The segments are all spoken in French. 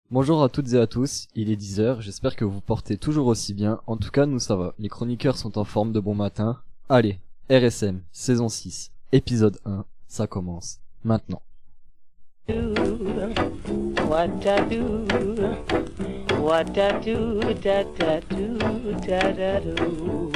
Bonjour à toutes et à tous, il est 10h, j'espère que vous portez toujours aussi bien, en tout cas nous ça va, les chroniqueurs sont en forme de bon matin. Allez, RSM, saison 6, épisode 1, ça commence, maintenant. What I do, what I do, da da do, da da do.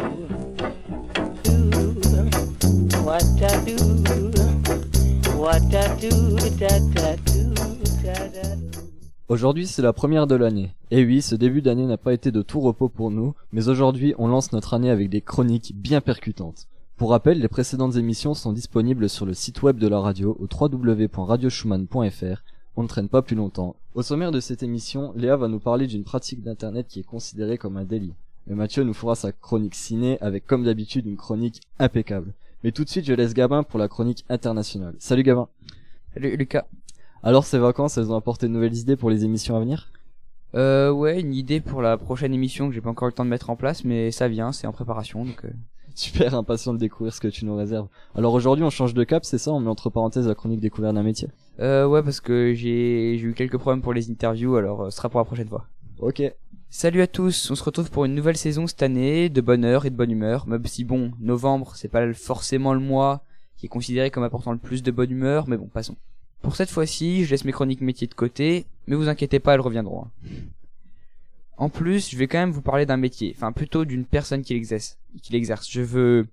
What I do, what I do, da da do, da da do. Aujourd'hui c'est la première de l'année, et oui, ce début d'année n'a pas été de tout repos pour nous, mais aujourd'hui on lance notre année avec des chroniques bien percutantes. Pour rappel, les précédentes émissions sont disponibles sur le site web de la radio au www.radioschumann.fr. On ne traîne pas plus longtemps. Au sommaire de cette émission, Léa va nous parler d'une pratique d'internet qui est considérée comme un délit. Et Mathieu nous fera sa chronique ciné avec comme d'habitude une chronique impeccable. Mais tout de suite je laisse Gabin pour la chronique internationale. Salut Gabin. Salut Lucas. Alors ces vacances, elles ont apporté de nouvelles idées pour les émissions à venir ? Ouais, une idée pour la prochaine émission que j'ai pas encore eu le temps de mettre en place, mais ça vient, c'est en préparation donc... Super impatient de découvrir ce que tu nous réserves. Alors aujourd'hui on change de cap, c'est ça ? On met entre parenthèses la chronique découverte d'un métier ? Ouais, parce que j'ai eu quelques problèmes pour les interviews, alors ce sera pour la prochaine fois. Ok. Salut à tous, on se retrouve pour une nouvelle saison cette année, de bonne heure et de bonne humeur, même si bon, novembre c'est pas forcément le mois qui est considéré comme apportant le plus de bonne humeur, mais bon, passons. Pour cette fois-ci, je laisse mes chroniques métiers de côté, mais vous inquiétez pas, elles reviendront. En plus, je vais quand même vous parler d'un métier, enfin plutôt d'une personne qui l'exerce. Je veux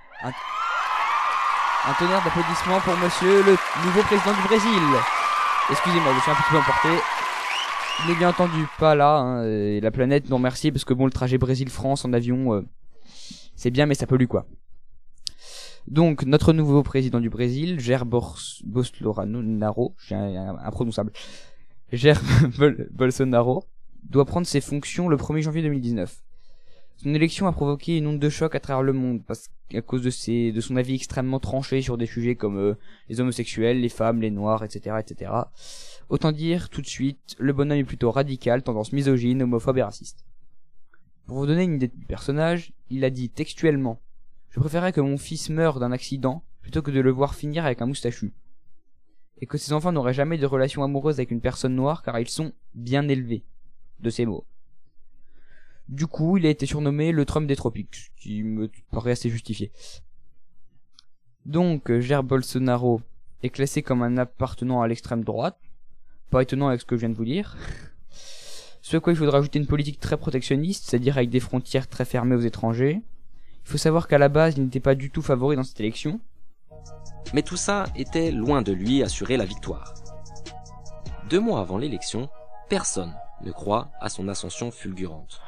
un tonnerre d'applaudissements pour monsieur le nouveau président du Brésil. Excusez-moi, je suis un petit peu emporté. Il est bien entendu pas là, hein, et la planète nous remercie parce que bon, le trajet Brésil-France en avion, c'est bien mais ça pollue quoi. Donc, notre nouveau président du Brésil, Jair Bolsonaro, j'ai imprononçable, Jair Bolsonaro, doit prendre ses fonctions le 1er janvier 2019. Son élection a provoqué une onde de choc à travers le monde, parce qu'à cause de son avis extrêmement tranché sur des sujets comme les homosexuels, les femmes, les noirs, etc., etc. Autant dire, tout de suite, le bonhomme est plutôt radical, tendance misogyne, homophobe et raciste. Pour vous donner une idée du personnage, il a dit textuellement: je préférerais que mon fils meure d'un accident plutôt que de le voir finir avec un moustachu. Et que ses enfants n'auraient jamais de relation amoureuse avec une personne noire car ils sont bien élevés. De ces mots. Du coup, il a été surnommé le Trump des tropiques, ce qui me paraît assez justifié. Donc, Jair Bolsonaro est classé comme un appartenant à l'extrême droite. Pas étonnant avec ce que je viens de vous dire. Ce à quoi il faudra ajouter une politique très protectionniste, c'est-à-dire avec des frontières très fermées aux étrangers. Il faut savoir qu'à la base, il n'était pas du tout favori dans cette élection. Mais tout ça était loin de lui assurer la victoire. 2 mois avant l'élection, personne ne croit à son ascension fulgurante.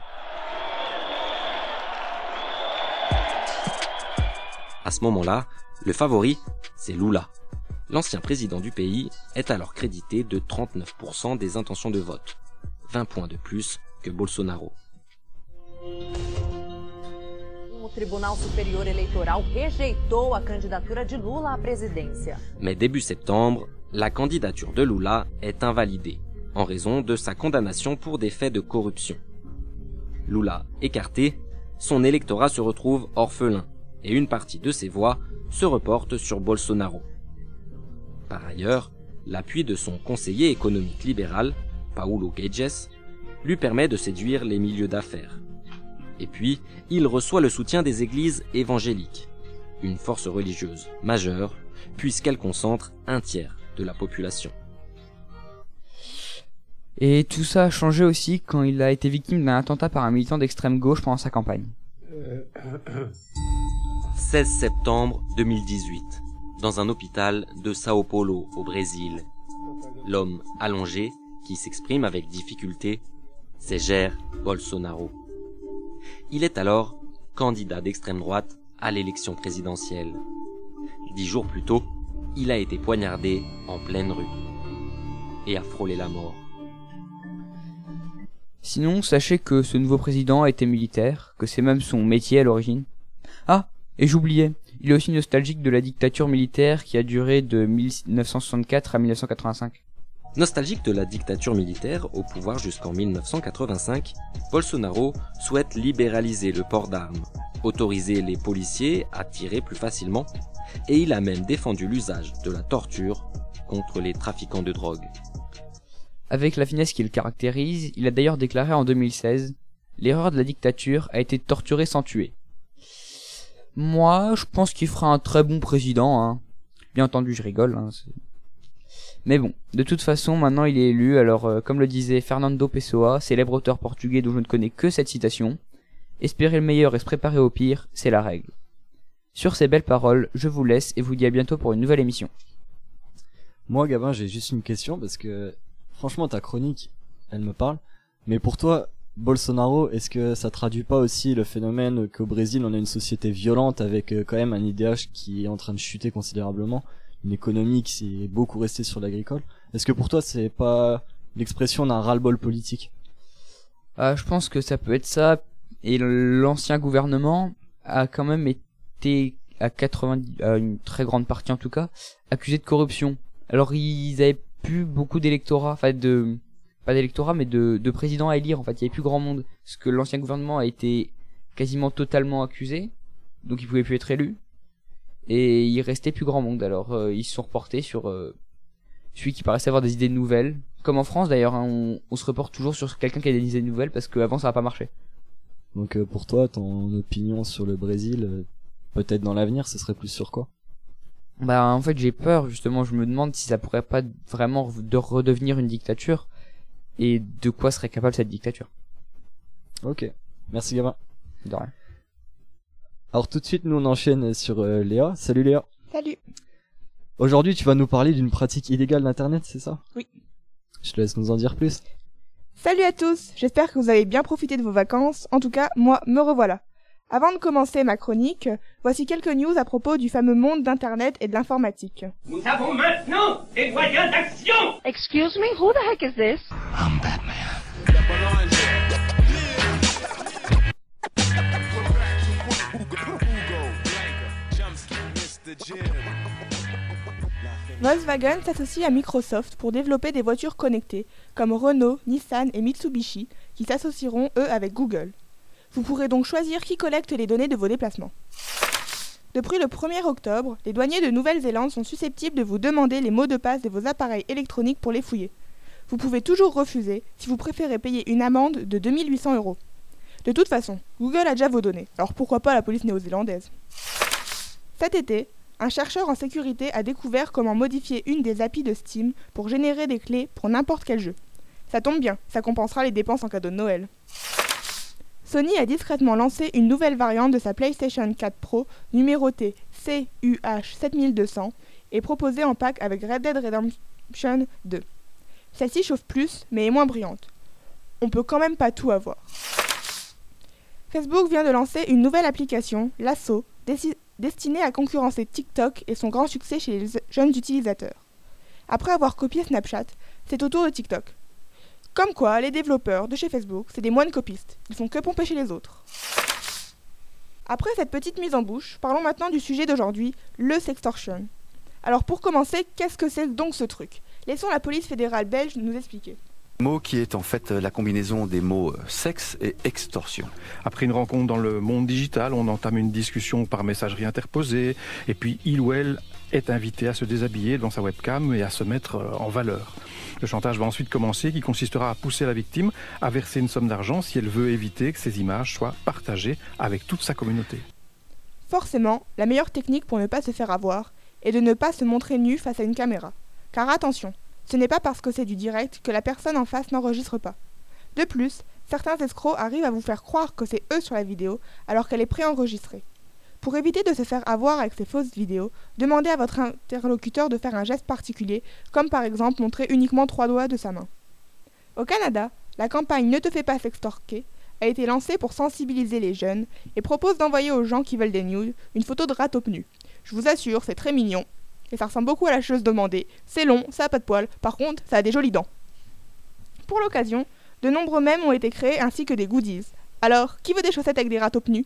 À ce moment-là, le favori, c'est Lula. L'ancien président du pays est alors crédité de 39% des intentions de vote, 20 points de plus que Bolsonaro. O Tribunal Superior Eleitoral rejeitou a candidatura de Lula à presidência. Mais début septembre, la candidature de Lula est invalidée en raison de sa condamnation pour des faits de corruption. Lula écarté, son électorat se retrouve orphelin et une partie de ses voix se reporte sur Bolsonaro. Par ailleurs, l'appui de son conseiller économique libéral, Paulo Guedes, lui permet de séduire les milieux d'affaires. Et puis, il reçoit le soutien des églises évangéliques, une force religieuse majeure puisqu'elle concentre 1/3 de la population. Et tout ça a changé aussi quand il a été victime d'un attentat par un militant d'extrême gauche pendant sa campagne. 16 septembre 2018, dans un hôpital de Sao Paulo au Brésil. L'homme allongé, qui s'exprime avec difficulté, c'est Jair Bolsonaro. Il est alors candidat d'extrême droite à l'élection présidentielle. 10 jours plus tôt, il a été poignardé en pleine rue et a frôlé la mort. Sinon, sachez que ce nouveau président a été militaire, que c'est même son métier à l'origine. Ah, et j'oubliais, il est aussi nostalgique de la dictature militaire qui a duré de 1964 à 1985. Nostalgique de la dictature militaire au pouvoir jusqu'en 1985, Bolsonaro souhaite libéraliser le port d'armes, autoriser les policiers à tirer plus facilement, et il a même défendu l'usage de la torture contre les trafiquants de drogue. Avec la finesse qui le caractérise, il a d'ailleurs déclaré en 2016 « L'erreur de la dictature a été de torturer sans tuer ». Moi, je pense qu'il fera un très bon président, hein. Bien entendu, je rigole, hein. Mais bon, de toute façon, maintenant il est élu, alors comme le disait Fernando Pessoa, célèbre auteur portugais dont je ne connais que cette citation, « Espérer le meilleur et se préparer au pire, c'est la règle ». Sur ces belles paroles, je vous laisse et vous dis à bientôt pour une nouvelle émission. Moi, Gabin, j'ai juste une question parce que, franchement, ta chronique, elle me parle. Mais pour toi, Bolsonaro, est-ce que ça traduit pas aussi le phénomène qu'au Brésil, on a une société violente avec quand même un IDH qui est en train de chuter considérablement, une économie qui s'est beaucoup restée sur l'agricole? Est-ce que pour toi, c'est pas l'expression d'un ras-le-bol politique? Je pense que ça peut être ça, et l'ancien gouvernement a quand même été, à une très grande partie en tout cas, accusé de corruption. Alors ils avaient plus beaucoup d'électorat, enfin pas d'électorat mais de présidents à élire, en fait il y avait plus grand monde, parce que l'ancien gouvernement a été quasiment totalement accusé, donc il pouvait plus être élu, et il restait plus grand monde, alors ils se sont reportés sur celui qui paraissait avoir des idées nouvelles, comme en France d'ailleurs, hein, on se reporte toujours sur quelqu'un qui a des idées nouvelles, parce qu'avant ça a pas marché. Donc pour toi, ton opinion sur le Brésil, peut-être dans l'avenir, ce serait plus sur quoi? Bah en fait j'ai peur, justement, je me demande si ça pourrait pas vraiment redevenir une dictature, et de quoi serait capable cette dictature. Ok, merci Gabin. De rien. Alors tout de suite, nous on enchaîne sur Léa. Salut Léa. Salut. Aujourd'hui, tu vas nous parler d'une pratique illégale d'internet, c'est ça? Oui. Je te laisse nous en dire plus. Salut à tous, j'espère que vous avez bien profité de vos vacances, en tout cas, moi, me revoilà. Avant de commencer ma chronique, voici quelques news à propos du fameux monde d'Internet et de l'informatique. Nous avons maintenant des moyens d'action. Excuse me, who the heck is this? Volkswagen s'associe à Microsoft pour développer des voitures connectées, comme Renault, Nissan et Mitsubishi, qui s'associeront eux avec Google. Vous pourrez donc choisir qui collecte les données de vos déplacements. Depuis le 1er octobre, les douaniers de Nouvelle-Zélande sont susceptibles de vous demander les mots de passe de vos appareils électroniques pour les fouiller. Vous pouvez toujours refuser si vous préférez payer une amende de 2800 €. De toute façon, Google a déjà vos données, alors pourquoi pas la police néo-zélandaise? Cet été, un chercheur en sécurité a découvert comment modifier une des API de Steam pour générer des clés pour n'importe quel jeu. Ça tombe bien, ça compensera les dépenses en cadeau de Noël. Sony a discrètement lancé une nouvelle variante de sa PlayStation 4 Pro numérotée CUH7200 et proposée en pack avec Red Dead Redemption 2. Celle-ci chauffe plus, mais est moins brillante. On peut quand même pas tout avoir. Facebook vient de lancer une nouvelle application, Lasso, destinée à concurrencer TikTok et son grand succès chez les jeunes utilisateurs. Après avoir copié Snapchat, c'est au tour de TikTok. Comme quoi, les développeurs de chez Facebook, c'est des moines copistes. Ils font que pomper chez les autres. Après cette petite mise en bouche, parlons maintenant du sujet d'aujourd'hui, le sextortion. Alors pour commencer, qu'est-ce que c'est donc ce truc? Laissons la police fédérale belge nous expliquer. Mot qui est en fait la combinaison des mots sexe et extorsion. Après une rencontre dans le monde digital, on entame une discussion par messagerie interposée, et puis il ou elle est invité à se déshabiller devant sa webcam et à se mettre en valeur. Le chantage va ensuite commencer, qui consistera à pousser la victime à verser une somme d'argent si elle veut éviter que ces images soient partagées avec toute sa communauté. Forcément, la meilleure technique pour ne pas se faire avoir est de ne pas se montrer nu face à une caméra. Car attention, ce n'est pas parce que c'est du direct que la personne en face n'enregistre pas. De plus, certains escrocs arrivent à vous faire croire que c'est eux sur la vidéo alors qu'elle est préenregistrée. Pour éviter de se faire avoir avec ces fausses vidéos, demandez à votre interlocuteur de faire un geste particulier, comme par exemple montrer uniquement 3 doigts de sa main. Au Canada, la campagne Ne te fais pas sextorquer a été lancée pour sensibiliser les jeunes et propose d'envoyer aux gens qui veulent des nudes une photo de rat nu. Je vous assure, c'est très mignon. Et ça ressemble beaucoup à la chose demandée. C'est long, ça a pas de poils, par contre, ça a des jolies dents. Pour l'occasion, de nombreux mèmes ont été créés ainsi que des goodies. Alors, qui veut des chaussettes avec des rats nus?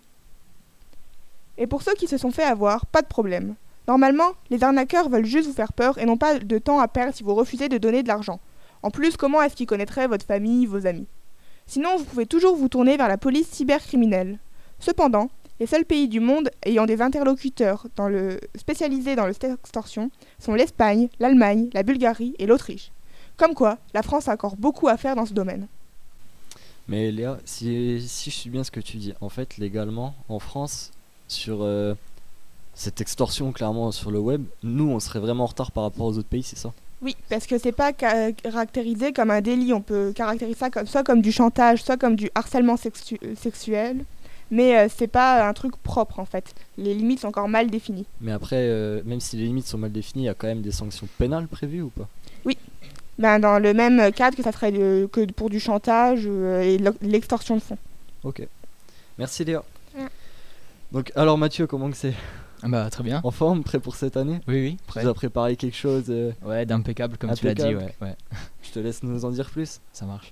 Et pour ceux qui se sont fait avoir, pas de problème. Normalement, les arnaqueurs veulent juste vous faire peur et n'ont pas de temps à perdre si vous refusez de donner de l'argent. En plus, comment est-ce qu'ils connaîtraient votre famille, vos amis? Sinon, vous pouvez toujours vous tourner vers la police cybercriminelle. Cependant, les seuls pays du monde ayant des interlocuteurs spécialisés dans le sextorsion sont l'Espagne, l'Allemagne, la Bulgarie et l'Autriche. Comme quoi, la France a encore beaucoup à faire dans ce domaine. Mais Léa, si je suis bien ce que tu dis, en fait, légalement, en France, sur cette extorsion clairement sur le web, nous, on serait vraiment en retard par rapport aux autres pays, c'est ça? Oui, parce que c'est pas caractérisé comme un délit. On peut caractériser ça soit comme du chantage, soit comme du harcèlement sexuel. Mais c'est pas un truc propre en fait. Les limites sont encore mal définies. Mais après, même si les limites sont mal définies, il y a quand même des sanctions pénales prévues ou pas? Oui, dans le même cadre que ça serait que pour du chantage et l'extorsion de fonds. Ok. Merci Léa. Ouais. Donc alors Mathieu, comment que c'est? Bah très bien. En forme, prêt pour cette année? Oui, Tu prêt. nous as préparé quelque chose Ouais, d'impeccable comme tu l'as dit, impeccable. ouais. Je te laisse nous en dire plus. Ça marche.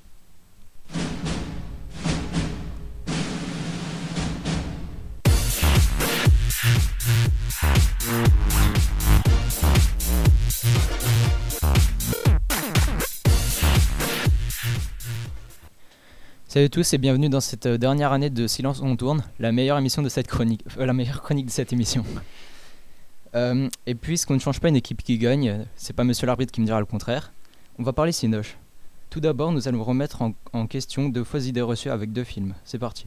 Salut à tous et bienvenue dans cette dernière année de Silence on tourne, la meilleure émission de cette chronique, la meilleure chronique de cette émission. Et puisqu'on ne change pas une équipe qui gagne, c'est pas Monsieur l'arbitre qui me dira le contraire, on va parler Cinoche. Tout d'abord, nous allons remettre en question 2 fausses idées reçues avec 2 films. C'est parti.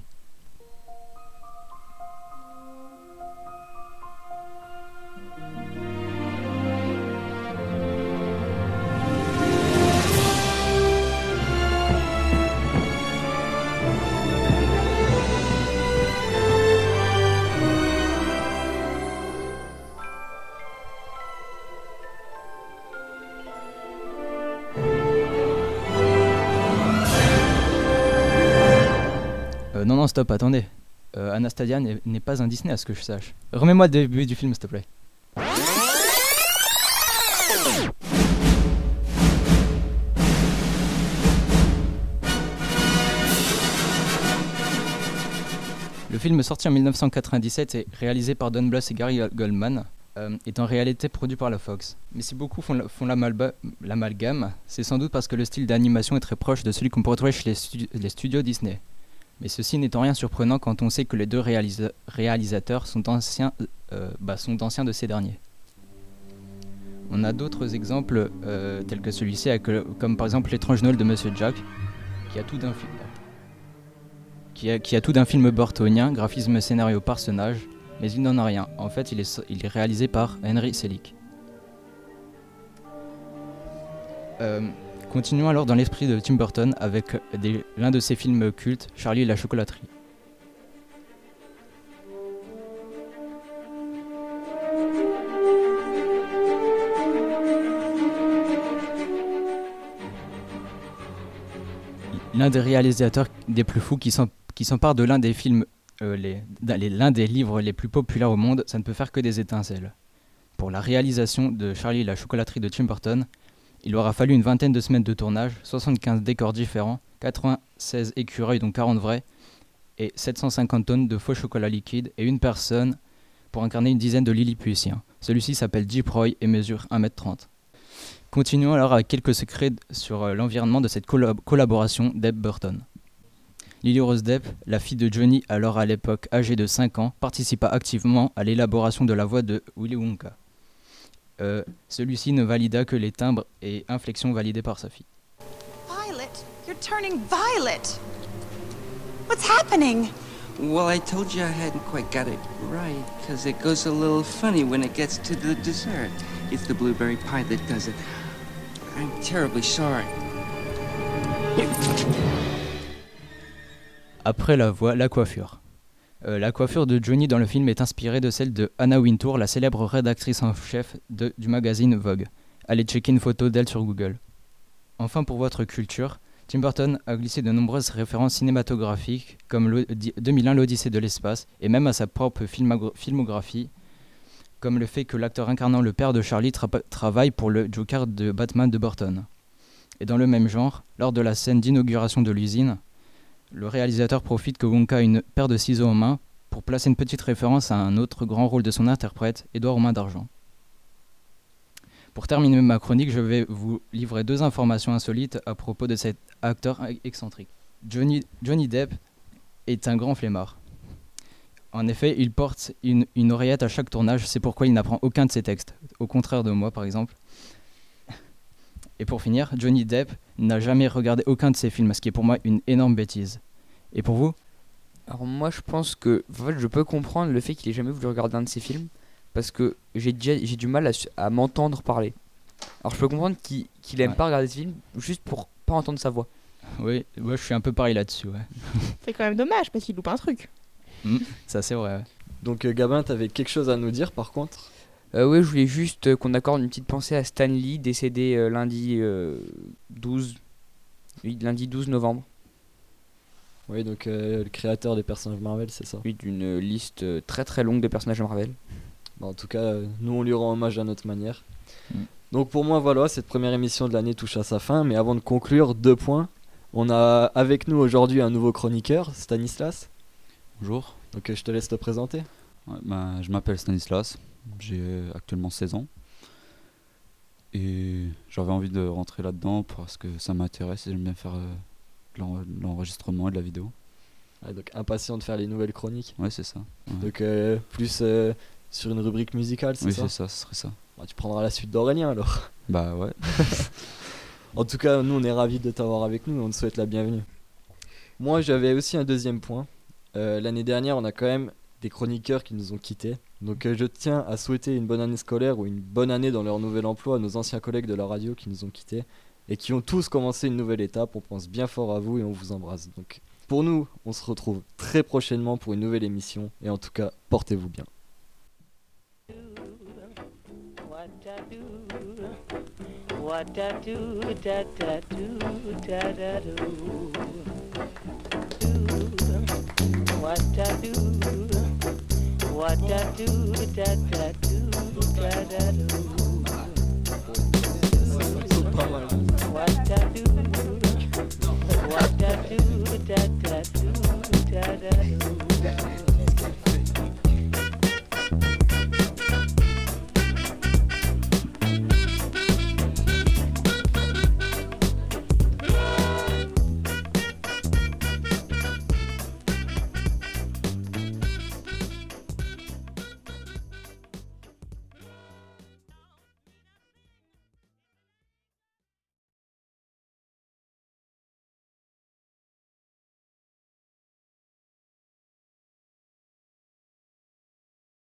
Non, stop, attendez. Anastasia n'est pas un Disney à ce que je sache. Remets-moi le début du film, s'il te plaît. Le film sorti en 1997 et réalisé par Don Bluth et Gary Goldman est en réalité produit par la Fox. Mais si beaucoup font l'amalgame, c'est sans doute parce que le style d'animation est très proche de celui qu'on pourrait trouver chez les studios Disney. Mais ceci n'étant rien surprenant quand on sait que les 2 réalisateurs sont anciens de ces derniers. On a d'autres exemples tels que celui-ci, comme par exemple L'étrange Noël de Monsieur Jack, qui a tout d'un film burtonien, graphisme, scénario, personnage, mais il n'en a rien. En fait, il est réalisé par Henry Selick. Continuons alors dans l'esprit de Tim Burton avec l'un de ses films cultes, Charlie et la chocolaterie. L'un des réalisateurs des plus fous qui s'empare de l'un des films, l'un des livres les plus populaires au monde, ça ne peut faire que des étincelles. Pour la réalisation de Charlie et la chocolaterie de Tim Burton, il aura fallu une vingtaine de semaines de tournage, 75 décors différents, 96 écureuils dont 40 vrais, et 750 tonnes de faux chocolat liquide et une personne pour incarner une dizaine de Lilliputiens. Celui-ci s'appelle Jeep Roy et mesure 1m30. Continuons alors avec quelques secrets sur l'environnement de cette collaboration Depp-Burton. Lily Rose Depp, la fille de Johnny, alors à l'époque âgée de 5 ans, participa activement à l'élaboration de la voix de Willy Wonka. Celui-ci ne valida que les timbres et inflexions validés par sa fille. Violet, you're turning violet. What's happening? Well, I told you I hadn't quite got it right, because it goes a little funny when it gets to the dessert. It's the blueberry pie that does it. I'm terribly sorry. Après la voix, la coiffure. La coiffure de Johnny dans le film est inspirée de celle de Anna Wintour, la célèbre rédactrice en chef du magazine Vogue. Allez checker une photo d'elle sur Google. Enfin, pour votre culture, Tim Burton a glissé de nombreuses références cinématographiques, comme 2001 l'Odyssée de l'espace, et même à sa propre filmographie, comme le fait que l'acteur incarnant le père de Charlie travaille pour le Joker de Batman de Burton. Et dans le même genre, lors de la scène d'inauguration de l'usine, le réalisateur profite que Wonka a une paire de ciseaux en main pour placer une petite référence à un autre grand rôle de son interprète, Édouard aux mains d'argent. Pour terminer ma chronique, je vais vous livrer 2 informations insolites à propos de cet acteur excentrique. Johnny Depp est un grand flemmard. En effet, il porte une oreillette à chaque tournage, c'est pourquoi il n'apprend aucun de ses textes, au contraire de moi par exemple. Et pour finir, Johnny Depp n'a jamais regardé aucun de ses films, ce qui est pour moi une énorme bêtise. Et pour vous ? Alors moi je pense que en fait, je peux comprendre le fait qu'il ait jamais voulu regarder un de ses films parce que j'ai du mal à m'entendre parler. Alors je peux comprendre qu'il aime pas regarder ce film juste pour pas entendre sa voix. Oui, moi je suis un peu pareil là-dessus, ouais. C'est quand même dommage parce qu'il loupe un truc. Ça c'est vrai, ouais. Donc Gabin, t'avais quelque chose à nous dire par contre ? Oui, je voulais juste qu'on accorde une petite pensée à Stan Lee, décédé lundi 12 novembre. Oui, donc le créateur des personnages Marvel, c'est ça ? Oui, d'une liste très très longue de personnages Marvel. Bon, en tout cas, nous on lui rend hommage à notre manière. Donc pour moi, voilà, cette première émission de l'année touche à sa fin. Mais avant de conclure, 2 points. On a avec nous aujourd'hui un nouveau chroniqueur, Stanislas. Bonjour. Donc je te laisse te présenter. Ouais, je m'appelle Stanislas, j'ai actuellement 16 ans. Et j'avais envie de rentrer là-dedans parce que ça m'intéresse et j'aime bien faire l'enregistrement et de la vidéo. Ah, donc impatient de faire les nouvelles chroniques. Ouais, c'est ça. Ouais. Donc plus sur une rubrique musicale, c'est ça ? Oui, c'est ça, ce serait ça. Bah, tu prendras la suite d'Aurélien alors. Bah ouais. En tout cas, nous on est ravis de t'avoir avec nous et on te souhaite la bienvenue. Moi j'avais aussi un deuxième point. L'année dernière, on a quand même des chroniqueurs qui nous ont quittés. Donc je tiens à souhaiter une bonne année scolaire ou une bonne année dans leur nouvel emploi à nos anciens collègues de la radio qui nous ont quittés et qui ont tous commencé une nouvelle étape. On pense bien fort à vous et on vous embrasse. Donc pour nous, on se retrouve très prochainement pour une nouvelle émission et en tout cas, portez-vous bien. What I do, da da do, da da do. What I do, what I do, da da do, da da do. What I do, what I do, da da do, da da do.